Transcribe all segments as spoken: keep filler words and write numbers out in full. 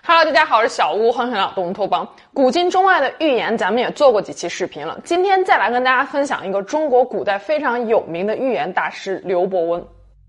Hello， 大家好，我是小屋，欢迎来到动物托邦。古今中外的寓言，咱们也做过几期视频了。今天再来跟大家分享一个中国古代非常有名的寓言大师刘伯温。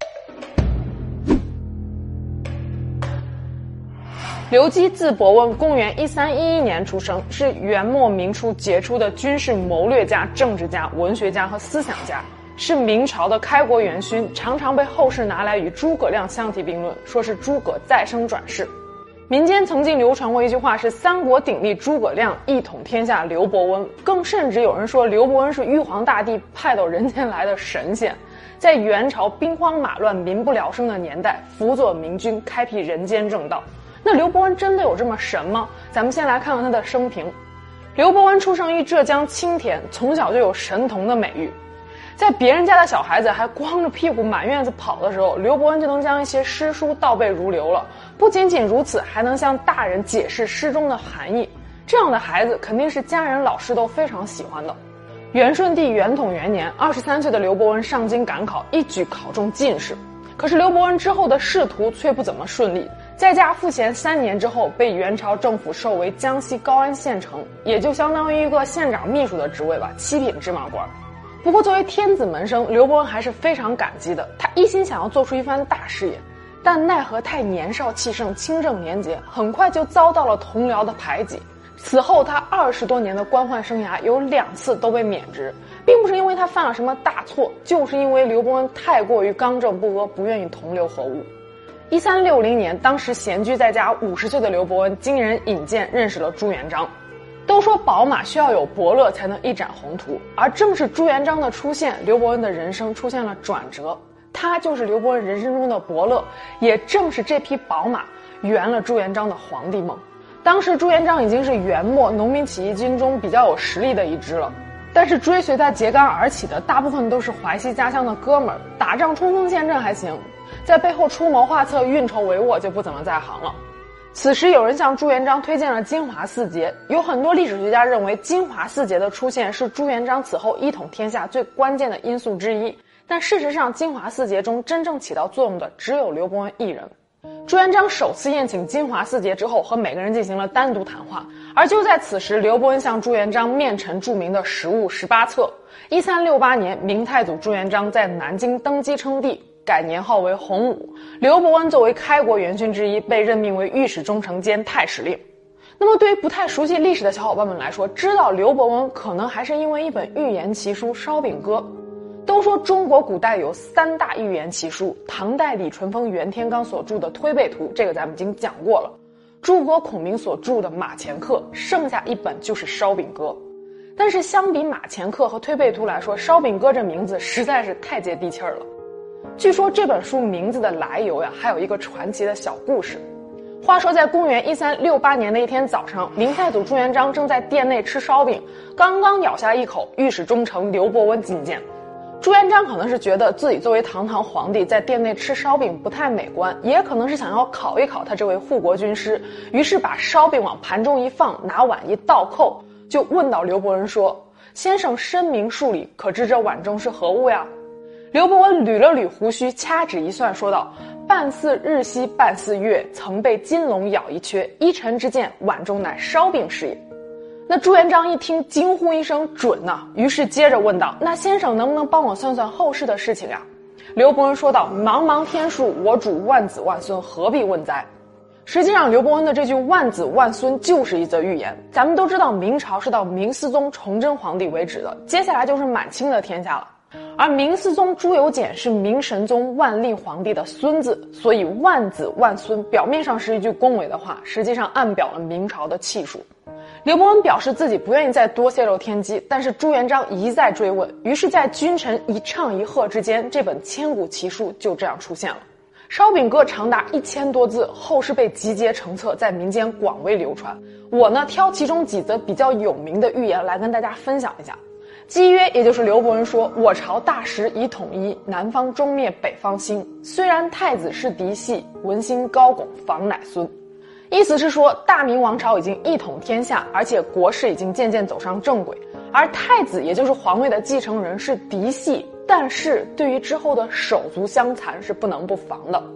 刘基字伯温，公元一三一一年出生，是元末明初杰出的军事谋略家、政治家、文学家和思想家，是明朝的开国元勋，常常被后世拿来与诸葛亮相提并论，说是诸葛再生转世。民间曾经流传过一句话，是三国鼎立诸葛亮，一统天下刘伯温。更甚至有人说刘伯温是玉皇大帝派到人间来的神仙，在元朝兵荒马乱民不聊生的年代，辅佐明君开辟人间正道。那刘伯温真的有这么神吗？咱们先来看看他的生平。刘伯温出生于浙江青田，从小就有神童的美誉。在别人家的小孩子还光着屁股满院子跑的时候，刘伯温就能将一些诗书倒背如流了。不仅仅如此，还能向大人解释诗中的含义。这样的孩子肯定是家人老师都非常喜欢的。元顺帝元统元年，二十三岁的刘伯温上京赶考，一举考中进士。可是刘伯温之后的仕途却不怎么顺利，在家赋闲三年之后，被元朝政府授为江西高安县丞，也就相当于一个县长秘书的职位吧，七品芝麻官。不过作为天子门生，刘伯温还是非常感激的，他一心想要做出一番大事业，但奈何太年少气盛，清正廉洁，很快就遭到了同僚的排挤。此后他二十多年的官宦生涯有两次都被免职，并不是因为他犯了什么大错，就是因为刘伯温太过于刚正不阿，不愿与同流合污。一三六零年，当时闲居在家五十岁的刘伯温经人引荐认识了朱元璋。都说宝马需要有伯乐才能一展宏图，而正是朱元璋的出现，刘伯温的人生出现了转折。他就是刘伯温人生中的伯乐，也正是这匹宝马圆了朱元璋的皇帝梦。当时朱元璋已经是元末农民起义军中比较有实力的一支了，但是追随他揭竿而起的大部分都是淮西家乡的哥们儿，打仗冲锋陷阵还行，在背后出谋划策、运筹帷幄就不怎么在行了。此时有人向朱元璋推荐了金华四杰，有很多历史学家认为金华四杰的出现是朱元璋此后一统天下最关键的因素之一，但事实上金华四杰中真正起到作用的只有刘伯温一人。朱元璋首次宴请金华四杰之后，和每个人进行了单独谈话，而就在此时，刘伯温向朱元璋面陈著名的实务十八策。一三六八年，明太祖朱元璋在南京登基称帝，改年号为洪武。刘伯温作为开国元勋之一，被任命为御史中丞兼太史令。那么对于不太熟悉历史的小伙伴们来说，知道刘伯温可能还是因为一本寓言奇书《烧饼歌》。都说中国古代有三大寓言奇书，唐代李淳风、袁天罡所著的《推背图》，这个咱们已经讲过了；诸葛孔明所著的《马前课》，剩下一本就是《烧饼歌》。但是相比《马前课》和《推背图》来说，《烧饼歌》这名字实在是太接地气儿了。据说这本书名字的来由呀，还有一个传奇的小故事。话说在公元一三六八年的一天早上，明太祖朱元璋正在殿内吃烧饼，刚刚咬下一口，御史中丞刘伯温进见。朱元璋可能是觉得自己作为堂堂皇帝在殿内吃烧饼不太美观，也可能是想要考一考他这位护国军师，于是把烧饼往盘中一放，拿碗一倒扣，就问到刘伯温说：“先生深明数理，可知这碗中是何物呀？”刘伯温捋了捋胡须，掐指一算，说道：“半似日夕半似月，曾被金龙咬一缺，依臣之见，碗中乃烧饼是也。”那朱元璋一听惊呼一声准呐、啊，于是接着问道：“那先生能不能帮我算算后事的事情呀？”刘伯温说道：“茫茫天数，我主万子万孙，何必问哉？”实际上刘伯温的这句万子万孙就是一则寓言。咱们都知道明朝是到明思宗崇祯皇帝为止的，接下来就是满清的天下了。而明思宗朱由检是明神宗万历皇帝的孙子，所以万子万孙表面上是一句恭维的话，实际上暗表了明朝的气数。刘伯温表示自己不愿意再多泄露天机，但是朱元璋一再追问，于是在君臣一唱一和之间，这本千古奇书就这样出现了。烧饼歌长达一千多字，后世被集结成册，在民间广为流传。我呢挑其中几则比较有名的寓言来跟大家分享一下。姬曰，也就是刘伯温说：“我朝大时已统一，南方终灭北方兴。虽然太子是嫡系，文心高拱房乃孙。”意思是说，大明王朝已经一统天下，而且国事已经渐渐走上正轨，而太子也就是皇位的继承人是嫡系，但是对于之后的手足相残是不能不防的。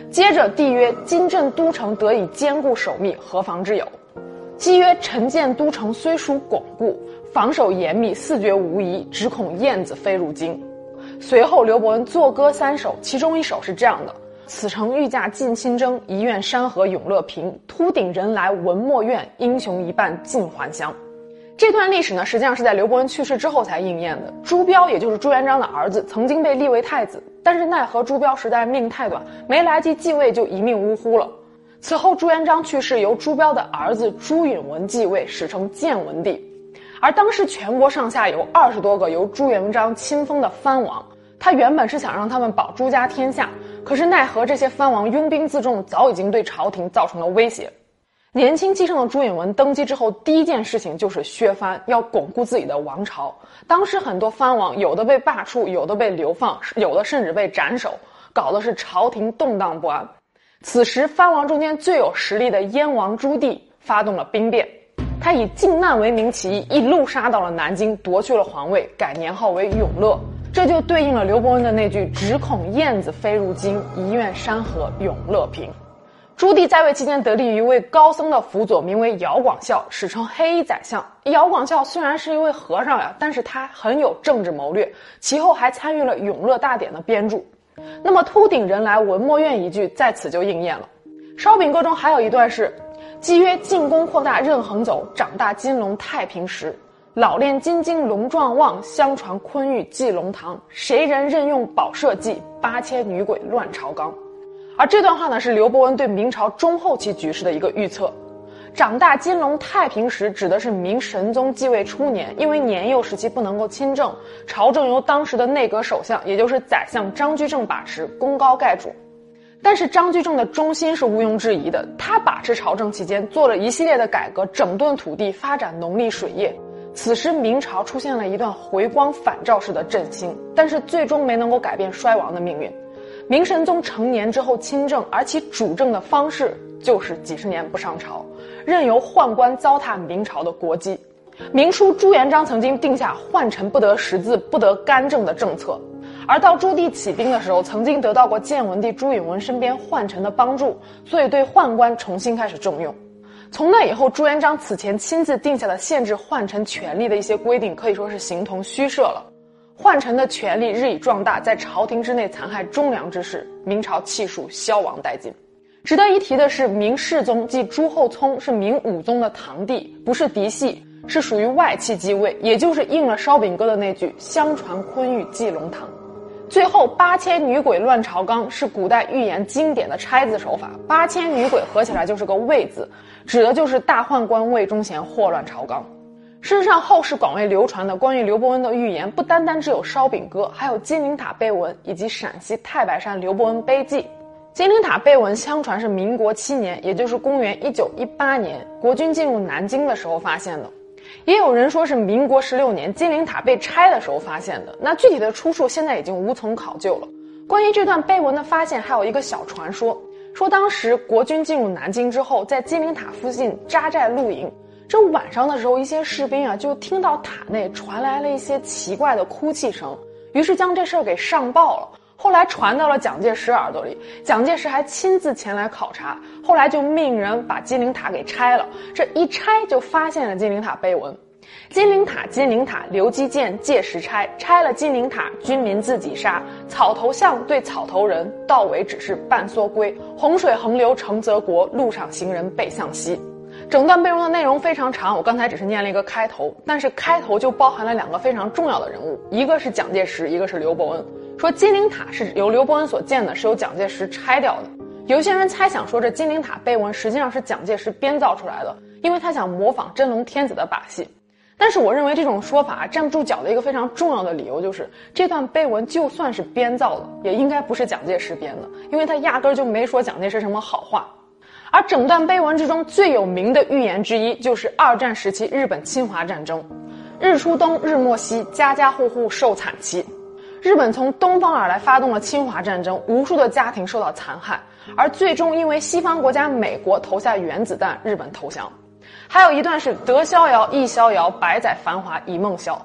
接着帝曰：今镇都城得以坚固守密，何妨之有？姬曰：臣见都城虽属巩固，防守严密，四绝无疑，只恐燕子飞入京。随后刘伯温作歌三首，其中一首是这样的：此城御驾尽亲征，一院山河永乐平。秃顶人来文墨院，英雄一半尽还乡。这段历史呢，实际上是在刘伯温去世之后才应验的。朱标，也就是朱元璋的儿子，曾经被立为太子，但是奈何朱标时代命太短，没来及继位就一命呜呼了。此后朱元璋去世，由朱标的儿子朱允炆继位，史称建文帝。而当时全国上下有二十多个由朱元璋亲封的藩王，他原本是想让他们保朱家天下，可是奈何这些藩王拥兵自重，早已经对朝廷造成了威胁。年轻气盛的朱允炆登基之后，第一件事情就是削藩，要巩固自己的王朝。当时很多藩王有的被罢黜，有的被流放，有的甚至被斩首，搞的是朝廷动荡不安。此时藩王中间最有实力的燕王朱棣发动了兵变，他以靖难为名起义，一路杀到了南京，夺去了皇位，改年号为永乐。这就对应了刘伯温的那句只恐燕子飞入京，一院山河永乐平。朱棣在位期间得力于一位高僧的辅佐，名为姚广孝，史称黑衣宰相。姚广孝虽然是一位和尚呀，但是他很有政治谋略，其后还参与了永乐大典的编著。那么秃顶人来文墨院一句在此就应验了。烧饼歌中还有一段是：姬曰：进宫扩大任横走，长大金龙太平时。老练金睛龙状望，相传昆玉祭龙堂。谁人任用宝社稷，八千女鬼乱朝纲。而这段话呢，是刘伯温对明朝中后期局势的一个预测。长大金龙太平时指的是明神宗继位初年，因为年幼时期不能够亲政，朝政由当时的内阁首相，也就是宰相张居正把持，功高盖主。但是张居正的忠心是毋庸置疑的，他把持朝政期间做了一系列的改革，整顿土地，发展农历水业。此时明朝出现了一段回光返照式的振兴，但是最终没能够改变衰亡的命运。明神宗成年之后亲政，而其主政的方式就是几十年不上朝，任由宦官糟蹋明朝的国基。明初朱元璋曾经定下宦臣不得识字、不得干政的政策，而到朱棣起兵的时候，曾经得到过建文帝朱允炆身边宦臣的帮助，所以对宦官重新开始重用。从那以后，朱元璋此前亲自定下的限制宦臣权力的一些规定可以说是形同虚设了。宦臣的权力日益壮大，在朝廷之内残害忠良之士，明朝气数消亡殆尽。值得一提的是，明世宗即朱厚熜是明武宗的堂弟，不是嫡系，是属于外戚继位，也就是应了烧饼歌的那句相传昆玉祭龙堂。最后八千女鬼乱朝纲是古代预言经典的拆字手法，八千女鬼合起来就是个魏字，指的就是大宦官魏忠贤祸乱朝纲。事实上，后世广为流传的关于刘伯温的预言，不单单只有烧饼歌，还有金陵塔碑文以及陕西太白山刘伯温碑记。金陵塔碑文相传是民国七年，也就是公元一九一八年，国军进入南京的时候发现的。也有人说是民国十六年金陵塔被拆的时候发现的，那具体的出处现在已经无从考究了。关于这段碑文的发现，还有一个小传说，说当时国军进入南京之后，在金陵塔附近扎寨露营，这晚上的时候，一些士兵啊就听到塔内传来了一些奇怪的哭泣声，于是将这事儿给上报了。后来传到了蒋介石耳朵里，蒋介石还亲自前来考察，后来就命人把金陵塔给拆了。这一拆就发现了金陵塔碑文：金陵塔，金陵塔，刘基建届时拆，拆了金陵塔，军民自己杀。草头象对草头人，到尾只是半缩龟。洪水横流成泽国，路上行人背向西。整段碑文的内容非常长，我刚才只是念了一个开头，但是开头就包含了两个非常重要的人物，一个是蒋介石，一个是刘伯温。说金陵塔是由刘伯温所建的，是由蒋介石拆掉的。有些人猜想说这金陵塔碑文实际上是蒋介石编造出来的，因为他想模仿真龙天子的把戏。但是我认为这种说法站不住脚的一个非常重要的理由就是，这段碑文就算是编造的，也应该不是蒋介石编的，因为他压根就没说蒋介石什么好话。而整段碑文之中最有名的预言之一，就是二战时期日本侵华战争。日出东，日没西，家家户户受惨期。日本从东方而来发动了侵华战争，无数的家庭受到残害，而最终因为西方国家美国投下原子弹，日本投降。还有一段是得逍遥，亦逍遥，百载繁华一梦消。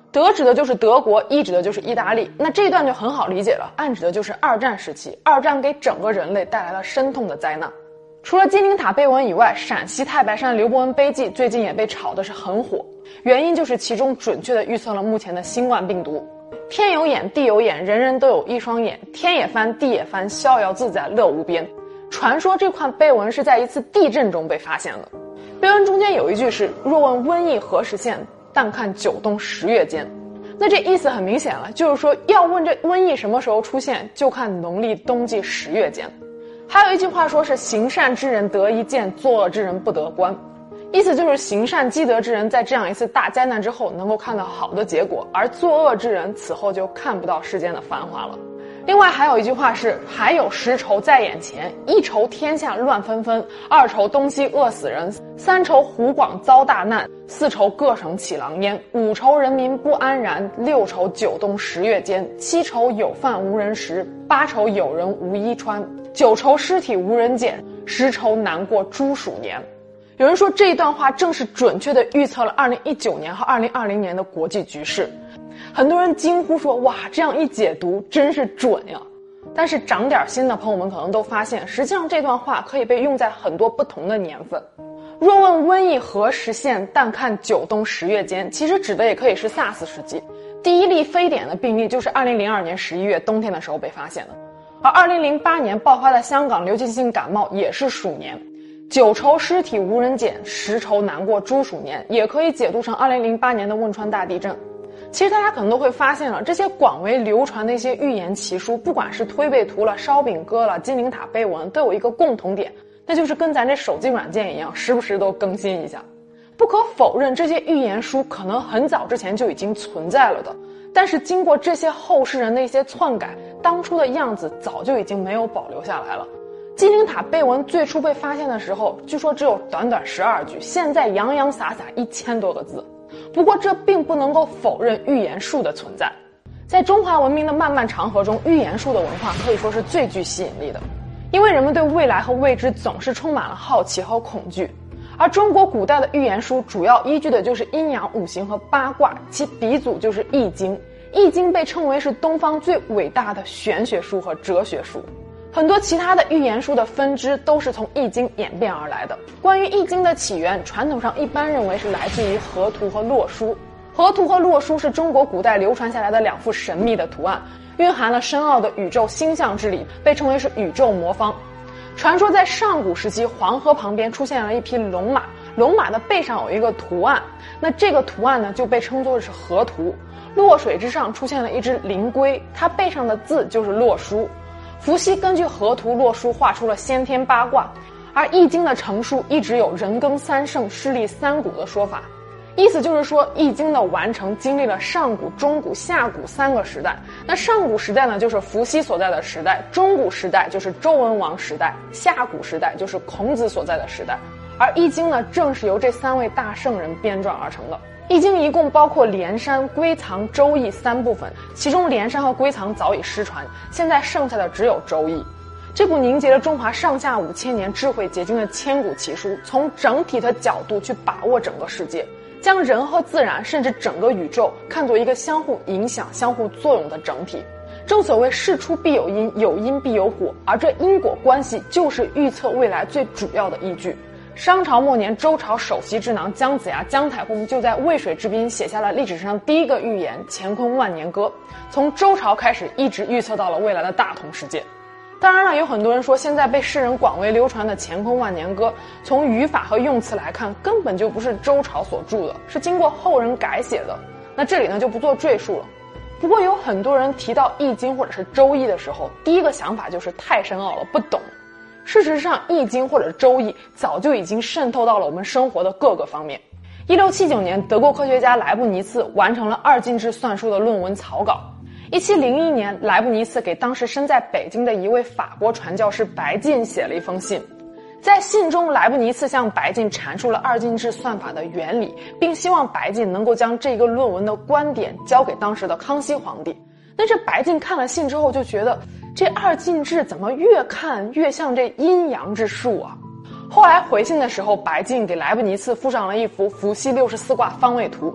德指的就是德国，意指的就是意大利。那这一段就很好理解了，暗指的就是二战时期，二战给整个人类带来了深痛的灾难。除了金陵塔碑文以外，陕西太白山刘伯温碑记最近也被炒的是很火，原因就是其中准确的预测了目前的新冠病毒。天有眼，地有眼，人人都有一双眼，天也翻，地也翻，逍遥自在乐无边。传说这块碑文是在一次地震中被发现的。碑文中间有一句是若问瘟疫何时现，但看九冬十月间。那这意思很明显了，就是说要问这瘟疫什么时候出现，就看农历冬季十月间。还有一句话说是行善之人得一见，作恶之人不得观，意思就是行善积德之人在这样一次大灾难之后能够看到好的结果，而作恶之人此后就看不到世间的繁华了。另外还有一句话是还有十愁在眼前，一愁天下乱纷纷，二愁东西饿死人，三愁湖广遭大难，四愁各省起狼烟，五愁人民不安然，六愁九冬十月间，七愁有饭无人食，八愁有人无衣穿，九愁尸体无人捡，十愁难过猪鼠年。有人说这一段话正是准确地预测了二零一九年和二零二零年的国际局势。很多人惊呼说哇，这样一解读真是准呀。但是长点心的朋友们可能都发现，实际上这段话可以被用在很多不同的年份。若问瘟疫何时现，但看九冬十月间，其实指的也可以是 SARS 时期。第一例非典的病例就是二零零二年十一月冬天的时候被发现的，而二零零八年爆发的香港流行性感冒也是鼠年。九愁尸体无人捡，十愁难过猪鼠年，也可以解读成二零零八年的汶川大地震。其实大家可能都会发现了，这些广为流传的一些预言奇书，不管是推背图了、烧饼歌了、金陵塔碑文，都有一个共同点，那就是跟咱这手机软件一样，时不时都更新一下。不可否认，这些预言书可能很早之前就已经存在了的，但是经过这些后世人的一些篡改，当初的样子早就已经没有保留下来了。金陵塔碑文最初被发现的时候，据说只有短短十二句，现在洋洋洒洒一千多个字。不过这并不能够否认预言术的存在。在中华文明的漫漫长河中，预言术的文化可以说是最具吸引力的，因为人们对未来和未知总是充满了好奇和恐惧。而中国古代的预言书主要依据的就是阴阳五行和八卦，其鼻祖就是易经。易经被称为是东方最伟大的玄学书和哲学书。很多其他的预言书的分支都是从易经演变而来的。关于易经的起源，传统上一般认为是来自于河图和洛书。河图和洛书是中国古代流传下来的两幅神秘的图案，蕴含了深奥的宇宙星象之理，被称为是宇宙魔方。传说在上古时期，黄河旁边出现了一匹龙马，龙马的背上有一个图案，那这个图案呢就被称作是河图。洛水之上出现了一只灵龟，它背上的字就是洛书。伏羲根据河图洛书画出了先天八卦，而易经的成书一直有人耕三圣，失利三古的说法，意思就是说易经的完成经历了上古、中古、下古三个时代。那上古时代呢就是伏羲所在的时代，中古时代就是周文王时代，下古时代就是孔子所在的时代。而易经呢正是由这三位大圣人编撰而成的。易经一共包括连山、归藏、周易三部分，其中连山和归藏早已失传，现在剩下的只有周易。这部凝结了中华上下五千年智慧结晶的千古奇书，从整体的角度去把握整个世界，将人和自然甚至整个宇宙看作一个相互影响、相互作用的整体。正所谓事出必有因，有因必有果，而这因果关系就是预测未来最主要的依据。商朝末年，周朝首席智囊姜子牙姜太公就在渭水之滨写下了历史上第一个预言《乾坤万年歌》，从周朝开始一直预测到了未来的大同世界。当然了，有很多人说现在被世人广为流传的《乾坤万年歌》，从语法和用词来看根本就不是周朝所著的，是经过后人改写的。那这里呢就不做赘述了。不过有很多人提到易经或者是周易的时候，第一个想法就是太深奥了，不懂。事实上，易经或者周易早就已经渗透到了我们生活的各个方面。一六七九年，德国科学家莱布尼茨完成了二进制算术的论文草稿。一七零一年，莱布尼茨给当时身在北京的一位法国传教士白晋写了一封信。在信中，莱布尼茨向白晋阐述了二进制算法的原理，并希望白晋能够将这个论文的观点交给当时的康熙皇帝。那这白晋看了信之后就觉得，这二进制怎么越看越像这阴阳之术啊？后来回信的时候，白晋给莱布尼茨附上了一幅伏羲六十四卦方位图。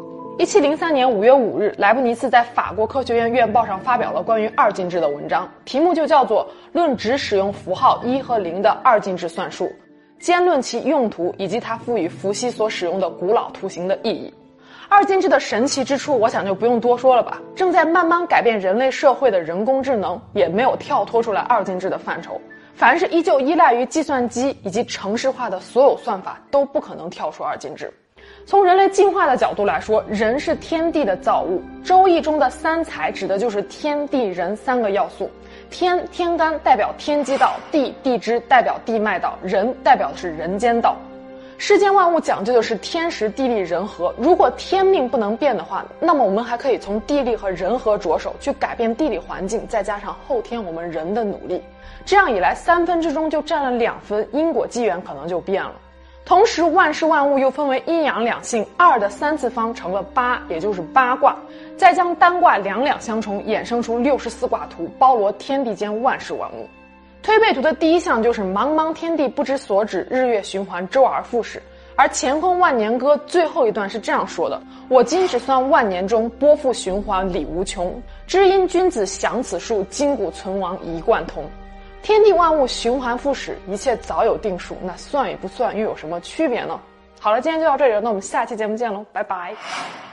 一七零三年五月五日，莱布尼茨在法国科学院院报上发表了关于二进制的文章，题目就叫做《论只使用符号一和零的二进制算术》，兼论其用途以及它赋予伏羲所使用的古老图形的意义。二进制的神奇之处，我想就不用多说了吧。正在慢慢改变人类社会的人工智能，也没有跳脱出来二进制的范畴。凡是依旧依赖于计算机以及程式化的所有算法，都不可能跳出二进制。从人类进化的角度来说，人是天地的造物。周易中的三才指的就是天地人三个要素。天天干代表天机道，地地支代表地脉道，人代表的是人间道。世间万物讲究的是天时地利人和，如果天命不能变的话，那么我们还可以从地利和人和着手去改变地理环境，再加上后天我们人的努力，这样一来三分之中就占了两分，因果机缘可能就变了。同时万事万物又分为阴阳两性，二的三次方成了八，也就是八卦，再将单卦两两相冲，衍生出六十四卦图，包罗天地间万事万物。推背图的第一项就是茫茫天地不知所止，日月循环，周而复始。而乾坤万年歌最后一段是这样说的：我今只算万年中，波复循环理无穷。知因君子详此数，今古存亡一贯通。天地万物循环复始，一切早有定数，那算与不算又有什么区别呢？好了，今天就到这里了，那我们下期节目见喽，拜拜。